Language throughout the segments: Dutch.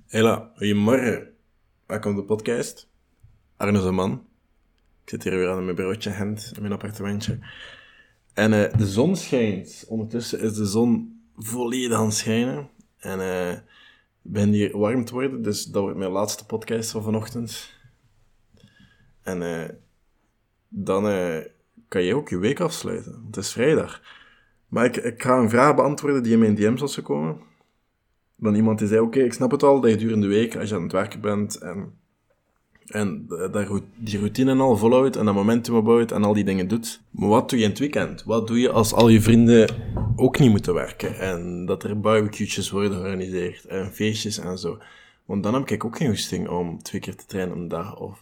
Hela, goedemorgen. Welkom op de podcast. Arno is een man. Ik zit hier weer aan mijn bureautje Gent, in mijn appartementje. En de zon schijnt. Ondertussen is de zon volledig aan het schijnen. En ik ben hier warm te worden, dus dat wordt mijn laatste podcast van vanochtend. En dan kan jij ook je week afsluiten, want het is vrijdag. Maar ik ga een vraag beantwoorden die in mijn DM's was gekomen. Dan iemand die zei, oké, ik snap het al, dat je durende de week, als je aan het werken bent en die routine al volhoudt en dat momentum opbouwt en al die dingen doet. Maar wat doe je in het weekend? Wat doe je als al je vrienden ook niet moeten werken en dat er barbecue'tjes worden georganiseerd en feestjes en zo? Want dan heb ik ook geen goesting om 2 keer te trainen op een dag of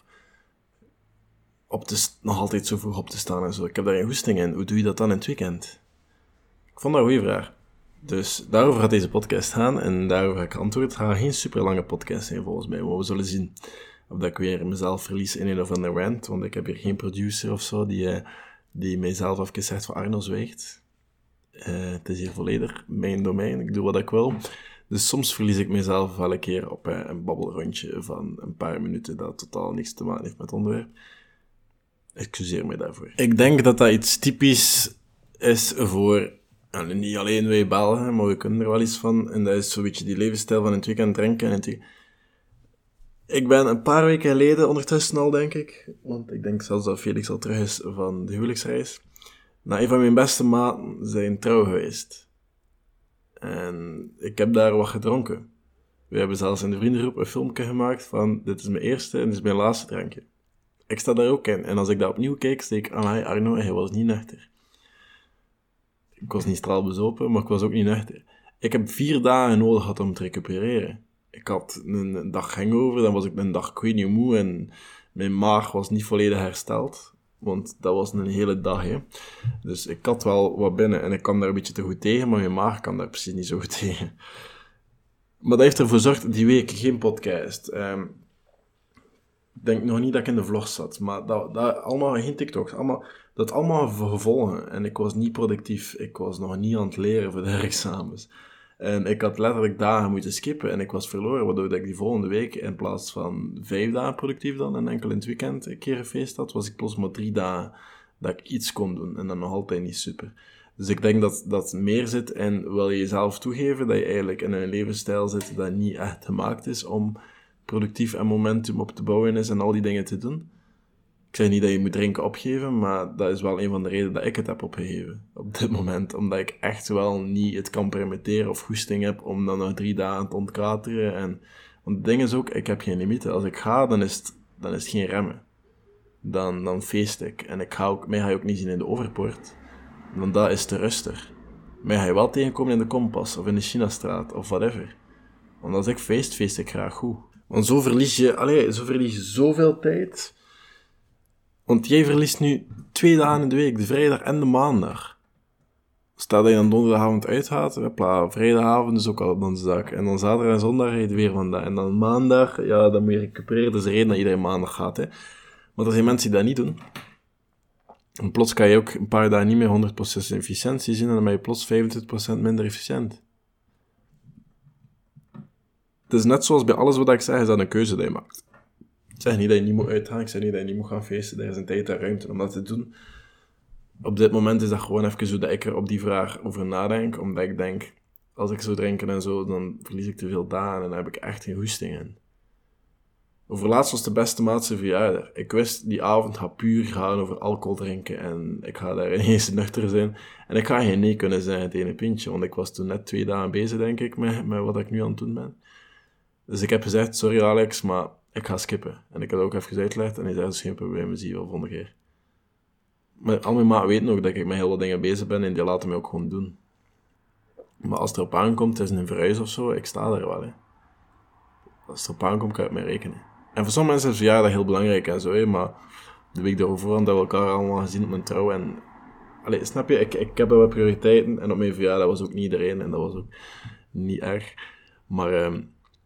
nog altijd zo vroeg op te staan en zo. Ik heb daar geen goesting in. Hoe doe je dat dan in het weekend? Ik vond dat een goede vraag. Dus daarover gaat deze podcast gaan en daarover ga ik antwoorden. Het gaat geen super lange podcast zijn volgens mij, maar we zullen zien of dat ik weer mezelf verlies in een of andere rant, want ik heb hier geen producer of zo die mijzelf even zegt van Arno zwijgt. Het is hier volledig mijn domein, ik doe wat ik wil. Dus soms verlies ik mezelf wel een keer op een babbelrondje van een paar minuten dat totaal niks te maken heeft met het onderwerp. Excuseer me daarvoor. Ik denk dat dat iets typisch is voor... En niet alleen wij Belgen, maar we kunnen er wel iets van. En dat is zo'n beetje die levensstijl van in het weekend drinken. Ik ben een paar weken geleden, ondertussen al denk ik, want ik denk zelfs dat Felix al terug is van de huwelijksreis, naar een van mijn beste maten zijn trouw geweest. En ik heb daar wat gedronken. We hebben zelfs in de vriendengroep een filmpje gemaakt van, dit is mijn eerste en dit is mijn laatste drankje. Ik sta daar ook in. En als ik dat opnieuw kijk, denk ik, Arno, hij was niet nuchter. Ik was niet straalbezopen, maar ik was ook niet nuchter. Ik heb 4 dagen nodig gehad om te recupereren. Ik had een dag hangover, dan was ik een dag, ik weet niet moe, en mijn maag was niet volledig hersteld. Want dat was een hele dag, hè. Dus ik had wel wat binnen, en ik kan daar een beetje te goed tegen, maar mijn maag kan daar precies niet zo goed tegen. Maar dat heeft ervoor gezorgd, die week geen podcast. Ik denk nog niet dat ik in de vlog zat, maar dat allemaal geen TikToks, dat allemaal gevolgen. En ik was niet productief, ik was nog niet aan het leren voor de examens. En ik had letterlijk dagen moeten skippen en ik was verloren, waardoor ik die volgende week in plaats van 5 dagen productief dan en enkel in het weekend een keer een feest had, was ik plots maar 3 dagen dat ik iets kon doen en dan nog altijd niet super. Dus ik denk dat meer zit in, wil je jezelf toegeven dat je eigenlijk in een levensstijl zit dat niet echt gemaakt is om productief en momentum op te bouwen is en al die dingen te doen. Ik zeg niet dat je moet drinken opgeven, maar dat is wel een van de redenen dat ik het heb opgegeven op dit moment. Omdat ik echt wel niet het kan permitteren of goesting heb om dan nog 3 dagen te ontkateren. Want het ding is ook, ik heb geen limieten. Als ik ga, dan is het geen remmen. Dan feest ik. En mij ga je ook niet zien in de Overpoort. Want dat is te rustig. Mij ga je wel tegenkomen in de Kompas of in de Chinastraat of whatever. Want als ik feest ik graag goed. Want zo verlies je zoveel tijd. Want jij verliest nu 2 dagen in de week, de vrijdag en de maandag. Stel dat je dan donderdagavond uitgaat, vrijdagavond is ook al dan de zaak. En dan zaterdag en zondag rijd je weer van dat. En dan maandag, ja, dan moet je recupereren. Dat is de reden dat iedereen maandag gaat, hè. Maar er zijn mensen die dat niet doen. En plots kan je ook een paar dagen niet meer 100% efficiëntie zien en dan ben je plots 25% minder efficiënt. Het is net zoals bij alles wat ik zeg, is dat een keuze die je maakt. Ik zeg niet dat je niet moet uitgaan, ik zeg niet dat je niet moet gaan feesten, er is een tijd en ruimte om dat te doen. Op dit moment is dat gewoon even zo dat ik er op die vraag over nadenk, omdat ik denk, als ik zo drinken en zo, dan verlies ik te veel dagen en dan heb ik echt geen goesting in. Overlaatst was de beste maat zijn verjaardag. Ik wist, die avond gaat puur gaan over alcohol drinken en ik ga daar ineens nuchter zijn. En ik ga geen nee kunnen zeggen het ene pintje, want ik was toen net 2 dagen bezig, denk ik, met wat ik nu aan het doen ben. Dus ik heb gezegd, sorry Alex, maar ik ga skippen. En ik heb dat ook even uitgelegd en hij zei, dat is geen probleem, we zien je wel volgende keer. Maar al mijn maat weten ook dat ik met heel wat dingen bezig ben en die laten mij ook gewoon doen. Maar als het erop aankomt, het is een verhuis of zo, ik sta er wel, hè. Als het erop aankomt, kan je op mij rekenen. En voor sommige mensen is verjaardag heel belangrijk en zo, hè, maar de week daarvoor hadden we elkaar allemaal gezien op mijn trouw en... Allee, snap je, ik heb wel wat prioriteiten en op mijn verjaardag was ook niet iedereen en dat was ook niet erg. Maar,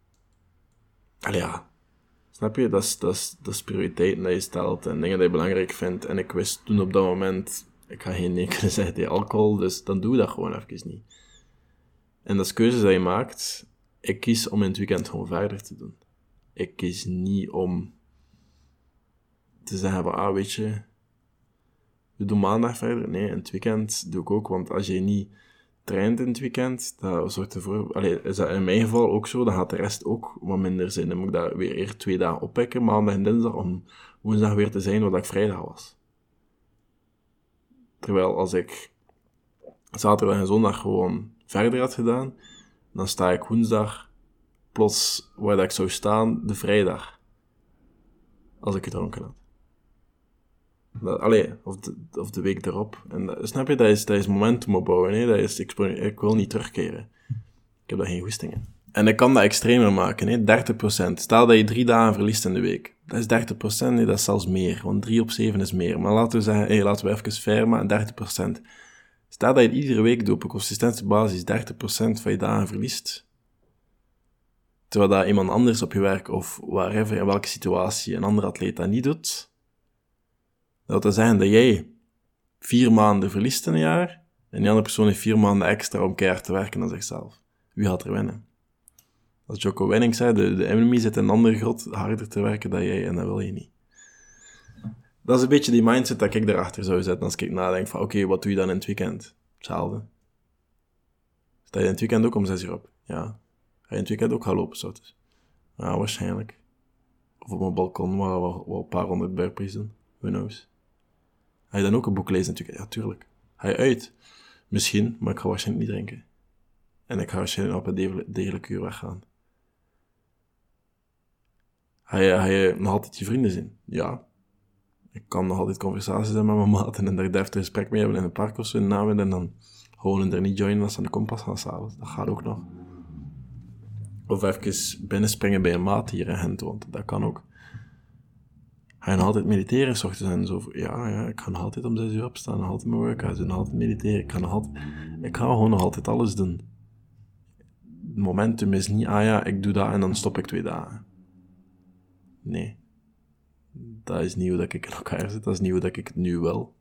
ja... Snap je? Dat is prioriteiten dat je stelt en dingen die je belangrijk vindt. En ik wist toen op dat moment, ik ga geen nee kunnen zeggen tegen alcohol, dus dan doe je dat gewoon even niet. En dat is keuzes dat je maakt. ik kies om in het weekend gewoon verder te doen. Ik kies niet om te zeggen van, weet je, we doen maandag verder. Nee, in het weekend doe ik ook, want als je niet traint in het weekend, dat zorgt ervoor, is dat in mijn geval ook zo, dan gaat de rest ook wat minder zijn. Dan moet ik dat weer 2 dagen oppikken, maandag en dinsdag, om woensdag weer te zijn wat ik vrijdag was. Terwijl als ik zaterdag en zondag gewoon verder had gedaan, dan sta ik woensdag plots waar dat ik zou staan de vrijdag. Als ik gedronken had. Of de week erop. En snap je, dat is momentum opbouwen. Hè? Ik wil niet terugkeren. Ik heb daar geen goesting in. En ik kan dat extremer maken, hè? 30%. Stel dat je 3 dagen verliest in de week. Dat is 30%, nee, dat is zelfs meer. Want 3 op 7 is meer. Maar laten we zeggen, laten we even fair maken, 30%. Stel dat je het iedere week doet op consistente basis 30% van je dagen verliest. Terwijl dat iemand anders op je werk of wherever, in welke situatie, een andere atleet dat niet doet. Dat wil zeggen dat jij 4 maanden verliest in een jaar en die andere persoon heeft 4 maanden extra om keihard te werken aan zichzelf. Wie gaat er winnen? Als Jocko Willink zei, de enemy zit in een andere grot harder te werken dan jij en dat wil je niet. Dat is een beetje die mindset dat ik erachter zou zetten als ik nadenk van oké, wat doe je dan in het weekend? Hetzelfde. Sta je in het weekend ook om 6 uur op? Ja. Ga je in het weekend ook gaan lopen, zo dus? Ja, waarschijnlijk. Of op mijn balkon waar we een paar 100 burpees doen. Who knows? Ga je dan ook een boek lezen natuurlijk? Ja, tuurlijk. Ga je uit? Misschien, maar ik ga waarschijnlijk niet drinken. En ik ga waarschijnlijk op een degelijk uur weggaan. Ga je nog altijd je vrienden zien? Ja. Ik kan nog altijd conversaties hebben met mijn maten en daar deftig gesprek mee hebben in een park of zo in de namiddag en dan gewoon er niet joinen als ze aan de kompas gaan s'avonds. Dat gaat ook nog. Of even binnenspringen bij een maat hier in Gent woont. Dat kan ook. Ga je nog altijd mediteren 's ochtends en zo? Ja, ik ga nog altijd om 6 uur opstaan, nog altijd mijn workouts doen, nog altijd mediteren. Ik ga gewoon nog altijd alles doen. Het momentum is niet, ik doe dat en dan stop ik 2 dagen. Nee. Dat is niet hoe dat ik in elkaar zit, dat is niet hoe dat ik het nu wil.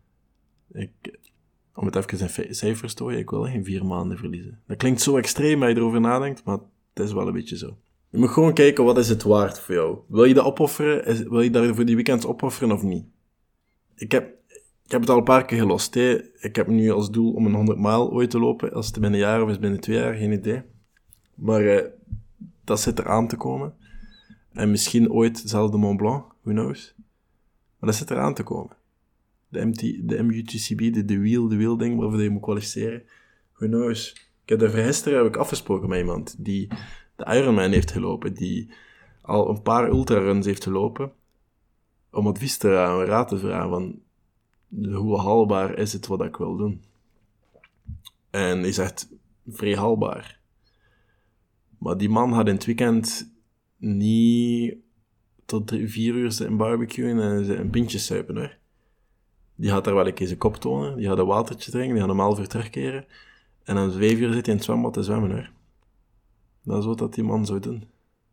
Om het even in cijfers te houden, ik wil geen 4 maanden verliezen. Dat klinkt zo extreem als je erover nadenkt, maar het is wel een beetje zo. Je moet gewoon kijken, wat is het waard voor jou? Wil je dat opofferen? Wil je daar voor die weekends opofferen of niet? Ik heb het al een paar keer gelost. Hè. Ik heb nu als doel om een 100 mijl ooit te lopen. Als het binnen een jaar of is binnen 2 jaar, geen idee. Maar dat zit er aan te komen. En misschien ooit zelfs de Mont Blanc, who knows. Maar dat zit er aan te komen. De MUTCB, de wheel ding, waarvoor je moet kwalificeren. Who knows. Ik heb gisteren afgesproken met iemand die de Ironman heeft gelopen, die al een paar ultraruns heeft gelopen, om advies te vragen, raad te vragen van hoe haalbaar is het wat ik wil doen. En hij zegt, vrij haalbaar. Maar die man had in het weekend niet tot 4 uur zitten barbecuen en een pintje suipen, hoor. Die had daar wel een keer zijn kop tonen, die had een watertje drinken, die had een 1,5 uur terugkeren. En om 5 uur zit hij in het zwembad te zwemmen, hoor. Dat is wat die man zou doen.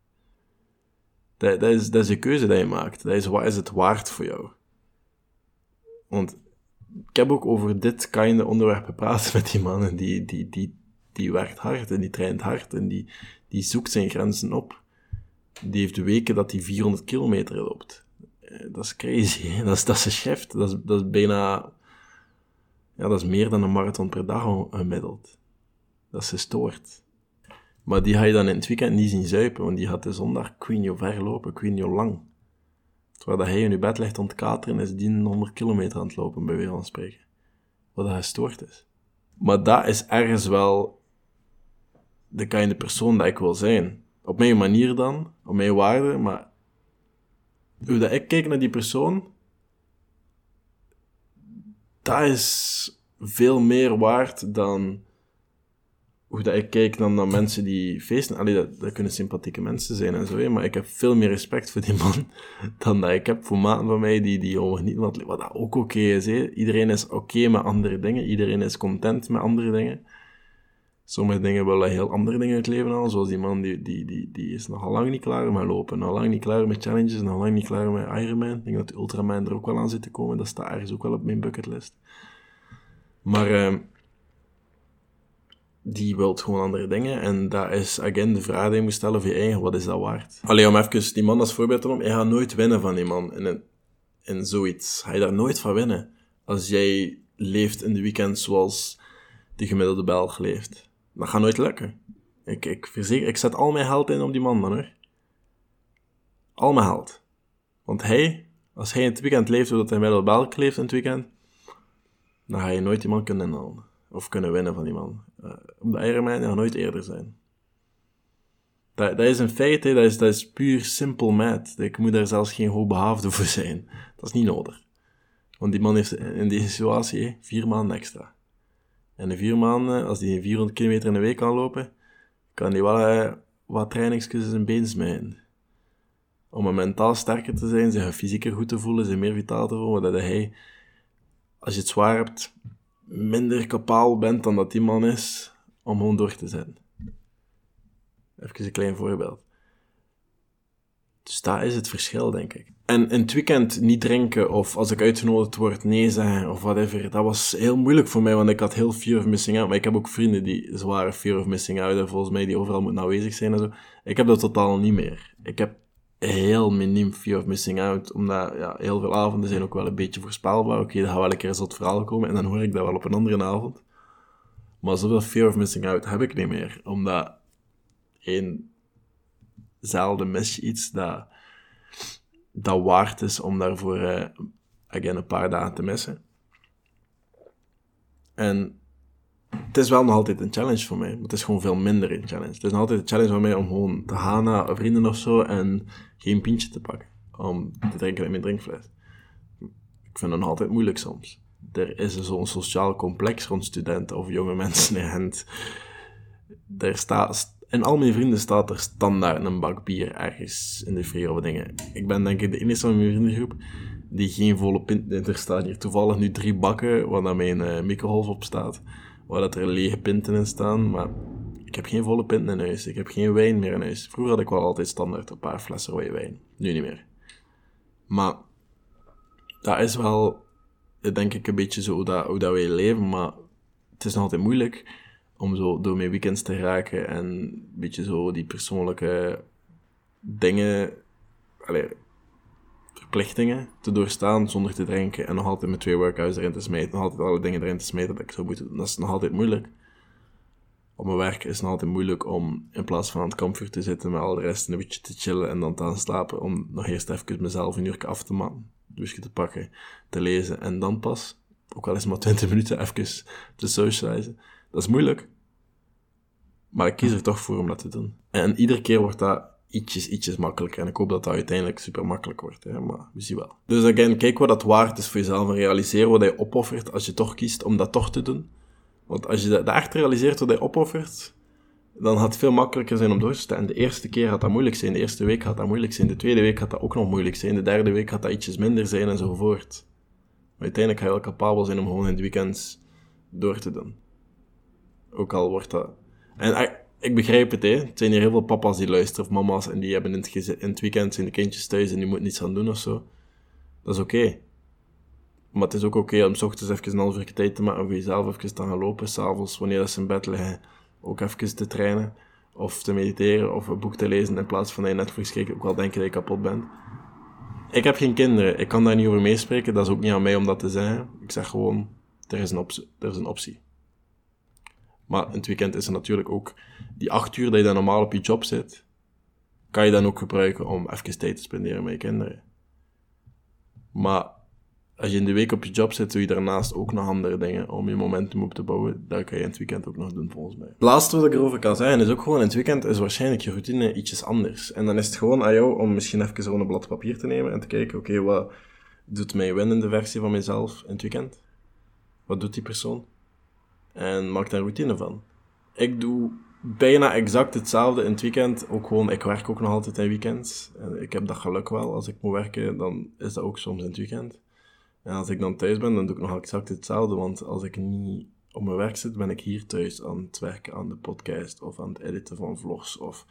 Dat is de keuze die je maakt. Dat is, wat is het waard voor jou? Want ik heb ook over dit kind of onderwerp gepraat met die man. En die werkt hard en die traint hard en die zoekt zijn grenzen op. Die heeft weken dat hij 400 kilometer loopt. Dat is crazy, hè? Dat is een shift. Dat is bijna... Ja, dat is meer dan een marathon per dag gemiddeld. Dat is gestoord. Maar die ga je dan in het weekend niet zien zuipen, want die gaat de zondag, ik weet niet hoe ver lopen, ik weet niet hoe lang. Terwijl dat hij in je bed ligt aan het kateren, is die 100 kilometer aan het lopen, bij wijze van spreken. Wat dat gestoord is. Maar dat is ergens wel de kind of persoon dat ik wil zijn. Op mijn manier dan, op mijn waarde, maar hoe dat ik kijk naar die persoon, dat is veel meer waard dan hoe dat ik kijk dan naar mensen die feesten. Allee, dat kunnen sympathieke mensen zijn en zo, hè, maar ik heb veel meer respect voor die man dan dat ik heb voor maten van mij die gewoon niet wat dat ook oké is. Hè. Iedereen is oké met andere dingen. Iedereen is content met andere dingen. Sommige dingen willen heel andere dingen uit het leven halen, zoals die man die is nogal lang niet klaar met lopen, nog lang niet klaar met challenges, nog lang niet klaar met Ironman. Ik denk dat de Ultraman er ook wel aan zit te komen. Dat staat ergens ook wel op mijn bucketlist. Maar die wilt gewoon andere dingen. En dat is, again, de vraag die je moet stellen voor je eigen, wat is dat waard? Allee, om even die man als voorbeeld te nemen, je gaat nooit winnen van die man in zoiets. Ga je daar nooit van winnen. Als jij leeft in de weekend zoals de gemiddelde Belg leeft. Dat gaat nooit lukken. Ik verzeker, ik zet al mijn geld in op die man dan, hoor. Al mijn geld. Want als hij in het weekend leeft zoals hij gemiddelde Belg leeft in het weekend, dan ga je nooit die man kunnen inhalen. Of kunnen winnen van die man. Op de Ironman gaat nooit eerder zijn. Dat is een feit, hè. Dat is puur simpel math. Ik moet daar zelfs geen hoogbegaafde voor zijn. Dat is niet nodig. Want die man heeft in deze situatie 4 maanden extra. En in 4 maanden, als hij 400 kilometer in de week kan lopen, kan hij wel wat trainingsjes in zijn been smijten. Om mentaal sterker te zijn, zich fysieker goed te voelen, zich meer vitaal te voelen, dat hij, als je het zwaar hebt, minder kapabel bent dan dat die man is, om gewoon door te zetten. Even een klein voorbeeld. Dus dat is het verschil, denk ik. En in het weekend niet drinken, of als ik uitgenodigd word, nee zeggen, of whatever. Dat was heel moeilijk voor mij, want ik had heel fear of missing out. Maar ik heb ook vrienden die zware fear of missing out hebben, volgens mij, die overal moeten aanwezig zijn en zo. Ik heb dat totaal niet meer. Ik heb heel miniem fear of missing out, omdat heel veel avonden zijn ook wel een beetje voorspelbaar. Oké, er gaat wel een keer een zot verhaal komen, en dan hoor ik dat wel op een andere avond. Maar zoveel fear of missing out heb ik niet meer, omdat zelden mis je iets dat waard is om daarvoor again, een paar dagen te missen. En het is wel nog altijd een challenge voor mij. Het is gewoon veel minder een challenge. Het is nog altijd een challenge voor mij om gewoon te gaan naar vrienden of zo en geen pintje te pakken. Om te drinken uit mijn drinkfles. Ik vind het nog altijd moeilijk soms. Er is zo'n sociaal complex rond studenten of jonge mensen en in al mijn vrienden staat er standaard een bak bier ergens in de vrije of dingen. Ik ben denk ik de enige van mijn vriendengroep die geen volle pint in. Er staan hier toevallig nu 3 bakken waar dan mijn microgolf op staat. Waar dat er lege pinten in staan. Maar ik heb geen volle pinten in huis. Ik heb geen wijn meer in huis. Vroeger had ik wel altijd standaard een paar flessen rode wijn. Nu niet meer. Maar dat is wel, denk ik, een beetje zo hoe dat wij leven. Maar het is nog altijd moeilijk om zo door mijn weekends te raken en een beetje zo die persoonlijke dingen, verplichtingen te doorstaan zonder te drinken en nog altijd met 2 workouts erin te smijten, nog altijd alle dingen erin te smijten dat ik zou moeten doen. Dat is nog altijd moeilijk. Op mijn werk is het nog altijd moeilijk om in plaats van aan het kampvuur te zitten met al de rest een beetje te chillen en dan te gaan slapen, om nog eerst even mezelf een uur af te maken, douche te pakken, te lezen en dan pas, ook al is het maar 20 minuten, even te socializen. Dat is moeilijk. Maar ik kies er toch voor om dat te doen. En iedere keer wordt dat ietsjes makkelijker. En ik hoop dat dat uiteindelijk super makkelijk wordt. Hè? Maar we zien wel. Dus again, kijk wat dat waard is voor jezelf. En realiseer wat je opoffert als je toch kiest om dat toch te doen. Want als je dat echt realiseert wat je opoffert, dan gaat het veel makkelijker zijn om door te staan. De eerste keer gaat dat moeilijk zijn. De eerste week gaat dat moeilijk zijn. De tweede week gaat dat ook nog moeilijk zijn. De derde week gaat dat ietsjes minder zijn enzovoort. Maar uiteindelijk ga je wel capabel zijn om gewoon in de weekends door te doen. Ook al wordt dat... En ik begrijp het, hè. Het zijn hier heel veel papa's die luisteren, of mama's, en die hebben in het weekend zijn de kindjes thuis en die moeten niets aan doen of zo. Dat is oké. Maar het is ook oké om 's ochtends even een half uur tijd te maken voor jezelf, even te gaan lopen, 's avonds, wanneer ze in bed liggen, ook even te trainen, of te mediteren, of een boek te lezen, in plaats van dat je Netflix kijkt, ook wel denken dat je kapot bent. Ik heb geen kinderen, ik kan daar niet over meespreken, dat is ook niet aan mij om dat te zeggen. Ik zeg gewoon, er is een optie. Maar in het weekend is er natuurlijk ook die 8 uur dat je dan normaal op je job zit, kan je dan ook gebruiken om even tijd te spenderen met je kinderen. Maar als je in de week op je job zit, doe je daarnaast ook nog andere dingen om je momentum op te bouwen. Dat kan je in het weekend ook nog doen, volgens mij. Het laatste wat ik erover kan zeggen is ook gewoon, in het weekend is waarschijnlijk je routine ietsjes anders. En dan is het gewoon aan jou om misschien even gewoon een blad papier te nemen en te kijken, oké, wat doet mijn winnende versie van mezelf in het weekend? Wat doet die persoon? En maak daar een routine van. Ik doe bijna exact hetzelfde in het weekend. Ook gewoon, ik werk ook nog altijd in weekends. En ik heb dat geluk wel. Als ik moet werken, dan is dat ook soms in het weekend. En als ik dan thuis ben, dan doe ik nog exact hetzelfde. Want als ik niet op mijn werk zit, ben ik hier thuis aan het werken aan de podcast. Of aan het editen van vlogs. Of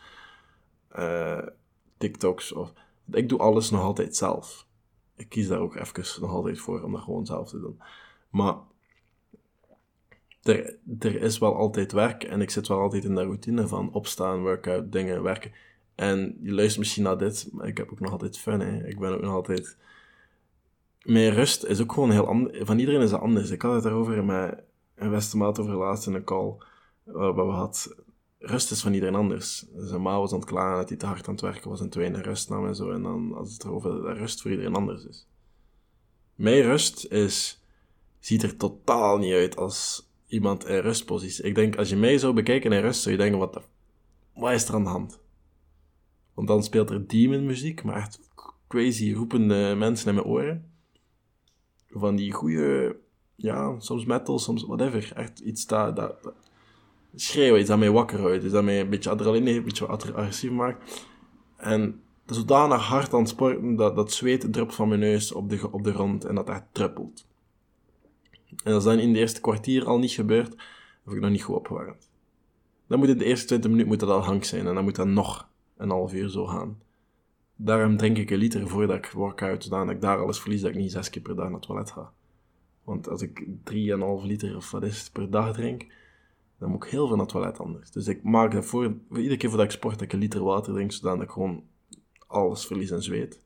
TikToks. Ik doe alles nog altijd zelf. Ik kies daar ook even nog altijd voor om dat gewoon zelf te doen. Maar er is wel altijd werk en ik zit wel altijd in de routine van opstaan, workout, dingen, werken. En je luistert misschien naar dit, maar ik heb ook nog altijd fun, hè. Ik ben ook nog altijd... Mijn rust is ook gewoon heel anders. Van iedereen is dat anders. Ik had het daarover met een beste maat over laatst in een call, waar we hadden... Rust is van iedereen anders. Dus een ma was aan het klagen dat hij te hard aan het werken was en te weinig rust nam en zo. En dan had het erover dat rust voor iedereen anders is. Mijn rust ziet er totaal niet uit als iemand in rustpositie. Ik denk, als je mij zou bekijken in rust, zou je denken, wat is er aan de hand? Want dan speelt er demon muziek, maar echt crazy roepende mensen in mijn oren. Van die goeie, ja, soms metal, soms whatever. Echt iets dat schreeuwen, iets dat mij wakker houdt. Iets dat mij een beetje adrenaline, een beetje agressief maakt. En zodanig hard aan het sporten dat zweet drupt van mijn neus op de grond en dat echt druppelt. En als dat in de eerste kwartier al niet gebeurt, heb ik nog niet goed opgewarmd. Dan moet in de eerste 20 minuten moet dat al hang zijn en dan moet dat nog een half uur zo gaan. Daarom drink ik 1 liter voordat ik workout, zodat ik daar alles verlies, dat ik niet 6 keer per dag naar het toilet ga. Want als ik 3,5 liter of wat is het per dag drink, dan moet ik heel veel naar het toilet anders. Dus ik maak dat voor iedere keer voordat ik sport, dat ik 1 liter water drink, zodat ik gewoon alles verlies en zweet.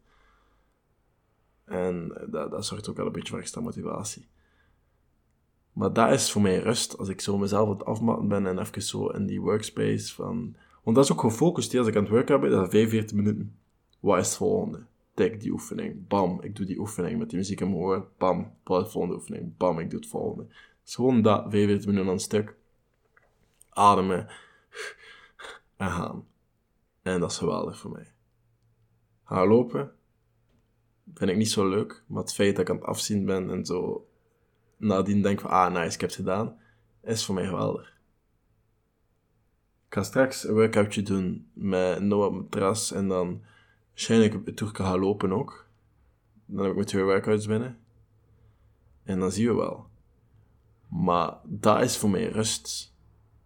En dat zorgt ook wel een beetje voor extra motivatie. Maar dat is voor mij rust, als ik zo mezelf aan het afmatten ben en even zo in die workspace van... Want dat is ook gefocust, als ik aan het werken ben, dat is 45 minuten. Wat is het volgende? Tik die oefening, bam, ik doe die oefening met die muziek in mijn oor, bam, wat is de volgende oefening, bam, ik doe het volgende. Het is gewoon dat, 45 minuten aan een stuk. Ademen en gaan. En dat is geweldig voor mij. Gaan lopen vind ik niet zo leuk, maar het feit dat ik aan het afzien ben en zo nadien denk van, nice, ik heb het gedaan, is voor mij geweldig. Ik ga straks een workoutje doen met Noah op mijn terras en dan waarschijnlijk een toerke gaan lopen ook. Dan heb ik mijn 2 workouts binnen. En dan zien we wel. Maar dat is voor mij rust.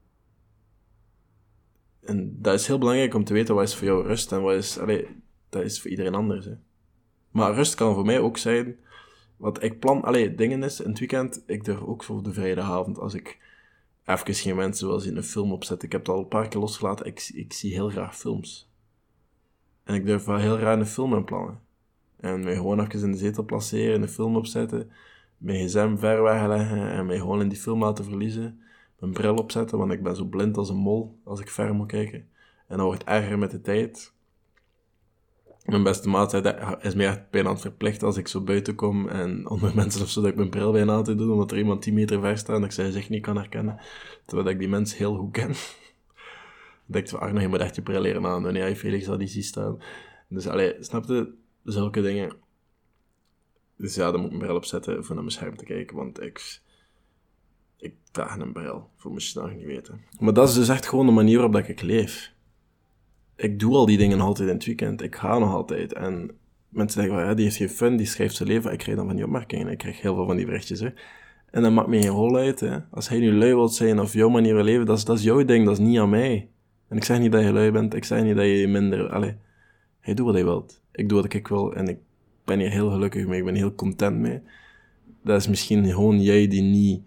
En dat is heel belangrijk om te weten wat is voor jou rust en wat is... dat is voor iedereen anders, hè. Maar rust kan voor mij ook zijn... Want ik plan... dingen is, in het weekend, ik durf ook voor de vrijdagavond, als ik even geen mensen wil zien, een film opzet. Ik heb het al een paar keer losgelaten. Ik zie heel graag films. En ik durf wel heel graag een film in plannen. En mij gewoon even in de zetel placeren, een film opzetten, mijn gsm ver wegleggen en mij gewoon in die film laten verliezen. Mijn bril opzetten, want ik ben zo blind als een mol als ik ver moet kijken. En dan wordt het erger met de tijd. Mijn beste maat zei, dat is mij echt bijna aan het verplicht als ik zo buiten kom en onder mensen of zo, dat ik mijn bril bijna aan te doen, omdat er iemand 10 meter ver staat en ik zij zich niet kan herkennen. Terwijl ik die mens heel goed ken. Ik dacht van, Arno, je moet echt je bril leren aan doen. Ja, Felix had die zien staan. Dus, snap je? Zulke dingen. Dus ja, dan moet ik mijn bril opzetten voor naar mijn scherm te kijken, want ik draag een bril, voor moest je nog niet weten. Maar dat is dus echt gewoon de manier waarop dat ik leef. Ik doe al die dingen altijd in het weekend. Ik ga nog altijd. En mensen zeggen, ja, die heeft geen fun, die schrijft zijn leven. Ik krijg dan van die opmerkingen. Ik krijg heel veel van die berichtjes, hè. En dat maakt me geen rol uit, hè. Als hij nu lui wilt zijn of jouw manier van leven, dat is jouw ding, dat is niet aan mij. En ik zeg niet dat je lui bent, ik zeg niet dat je minder... hij doet wat hij wilt. Ik doe wat ik wil en ik ben hier heel gelukkig mee. Ik ben heel content mee. Dat is misschien gewoon jij die niet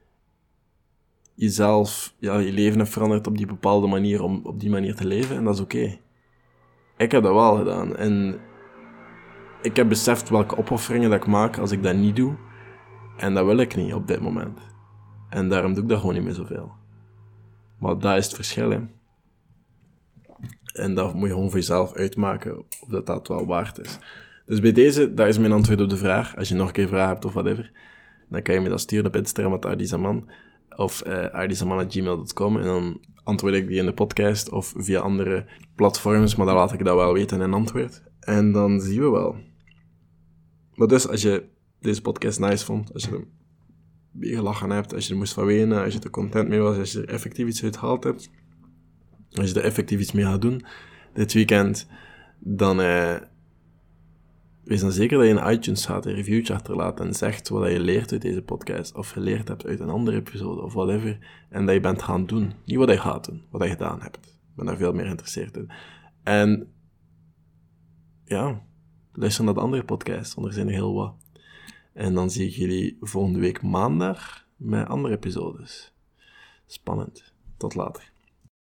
jezelf, je leven hebt veranderd op die bepaalde manier, om op die manier te leven. En dat is oké. Ik heb dat wel gedaan. En ik heb beseft welke opofferingen dat ik maak als ik dat niet doe. En dat wil ik niet op dit moment. En daarom doe ik dat gewoon niet meer zoveel. Maar dat is het verschil, hè. En dat moet je gewoon voor jezelf uitmaken, of dat wel waard is. Dus bij deze, dat is mijn antwoord op de vraag. Als je nog een keer vragen hebt of whatever, dan kan je me dat sturen op Instagram @ardizaman of ardizaman@gmail.com en dan antwoord ik die in de podcast of via andere platforms, maar dan laat ik dat wel weten in antwoord. En dan zien we wel. Maar dus, als je deze podcast nice vond, als je er weer gelachen hebt, als je er moest van wenen, als je er content mee was, als je er effectief iets uit gehaald hebt, als je er effectief iets mee gaat doen dit weekend, dan wees dan zeker dat je in iTunes gaat een reviewtje achterlaat en zegt wat je leert uit deze podcast, of geleerd hebt uit een andere episode, of whatever, en dat je bent gaan doen. Niet wat je gaat doen, wat je gedaan hebt. Ik ben daar veel meer geïnteresseerd in. En ja, luister naar de andere podcasts, want er zijn er heel wat. En dan zie ik jullie volgende week maandag met andere episodes. Spannend. Tot later.